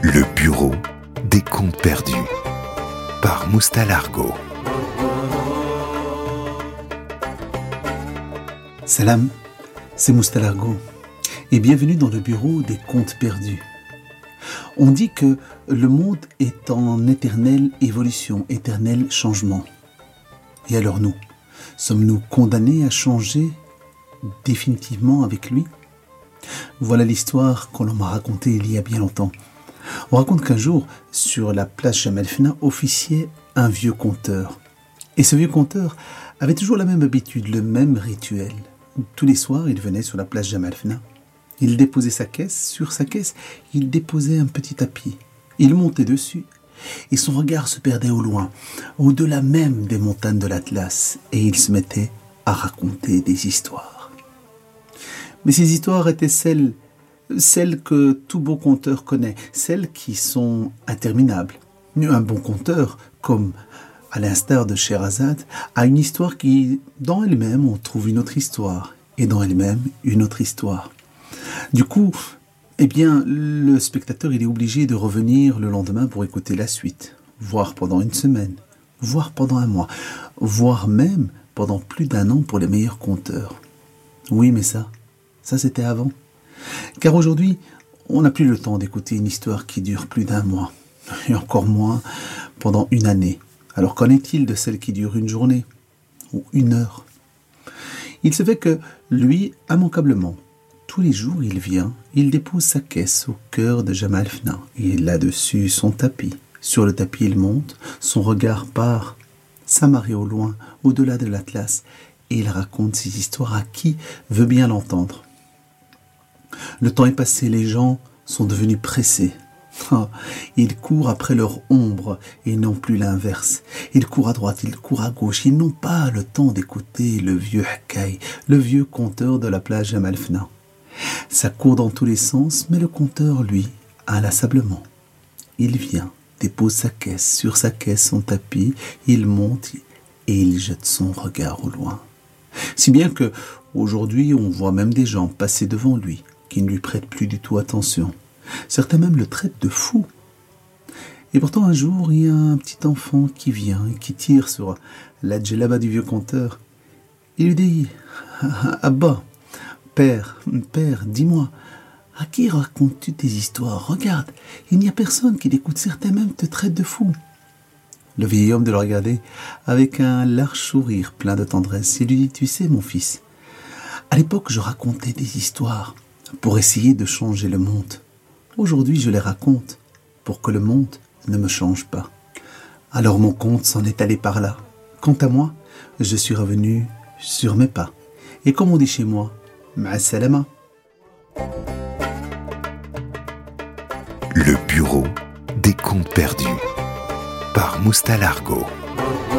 Le bureau des contes perdus par Moustalargo. Salam, c'est Moustalargo et bienvenue dans le bureau des contes perdus. On dit que le monde est en éternelle évolution, éternel changement. Et alors nous, sommes-nous condamnés à changer définitivement avec lui ? Voilà l'histoire qu'on m'a racontée il y a bien longtemps. On raconte qu'un jour, sur la place Jemal Fna, officiait un vieux conteur. Et ce vieux conteur avait toujours la même habitude, le même rituel. Tous les soirs, il venait sur la place Jemal Fna. Il déposait sa caisse. Sur sa caisse, il déposait un petit tapis. Il montait dessus. Et son regard se perdait au loin, au-delà même des montagnes de l'Atlas. Et il se mettait à raconter des histoires. Mais ces histoires étaient celles que tout bon conteur connaît, celles qui sont interminables. Un bon conteur, comme à l'instar de Scheherazade, a une histoire qui, dans elle-même, on trouve une autre histoire, et dans elle-même, une autre histoire. Du coup, le spectateur il est obligé de revenir le lendemain pour écouter la suite, voire pendant une semaine, voire pendant un mois, voire même pendant plus d'un an pour les meilleurs conteurs. Oui, mais ça c'était avant. Car aujourd'hui, on n'a plus le temps d'écouter une histoire qui dure plus d'un mois, et encore moins pendant une année. Alors qu'en est-il de celle qui dure une journée ou une heure ? Il se fait que lui, immanquablement, tous les jours il vient, il dépose sa caisse au cœur de Jemal Fna, et là-dessus son tapis. Sur le tapis il monte, son regard part s'amarrer au loin, au-delà de l'Atlas, et il raconte ses histoires à qui veut bien l'entendre. Le temps est passé, les gens sont devenus pressés. Ils courent après leur ombre et non plus l'inverse. Ils courent à droite, ils courent à gauche. Ils n'ont pas le temps d'écouter le vieux Hakaï, le vieux conteur de la plage Jemal Fna. Ça court dans tous les sens, mais le conteur, lui, inlassablement. Il vient, dépose sa caisse, sur sa caisse son tapis, il monte et il jette son regard au loin. Si bien que aujourd'hui, on voit même des gens passer devant lui, qui ne lui prêtent plus du tout attention. Certains même le traitent de fou. Et pourtant un jour, il y a un petit enfant qui vient et qui tire sur la djellaba du vieux conteur. Il lui dit « Abba, père, dis-moi, à qui racontes-tu tes histoires ? Regarde, il n'y a personne qui l'écoute, certains même te traitent de fou. » Le vieil homme de le regarder avec un large sourire plein de tendresse. Il lui dit « Tu sais, mon fils, à l'époque, je racontais des histoires pour essayer de changer le monde. Aujourd'hui, je les raconte pour que le monde ne me change pas. Alors mon conte s'en est allé par là. Quant à moi, je suis revenu sur mes pas. Et comme on dit chez moi, ma'a salama. » Le bureau des contes perdus par Moustalargo.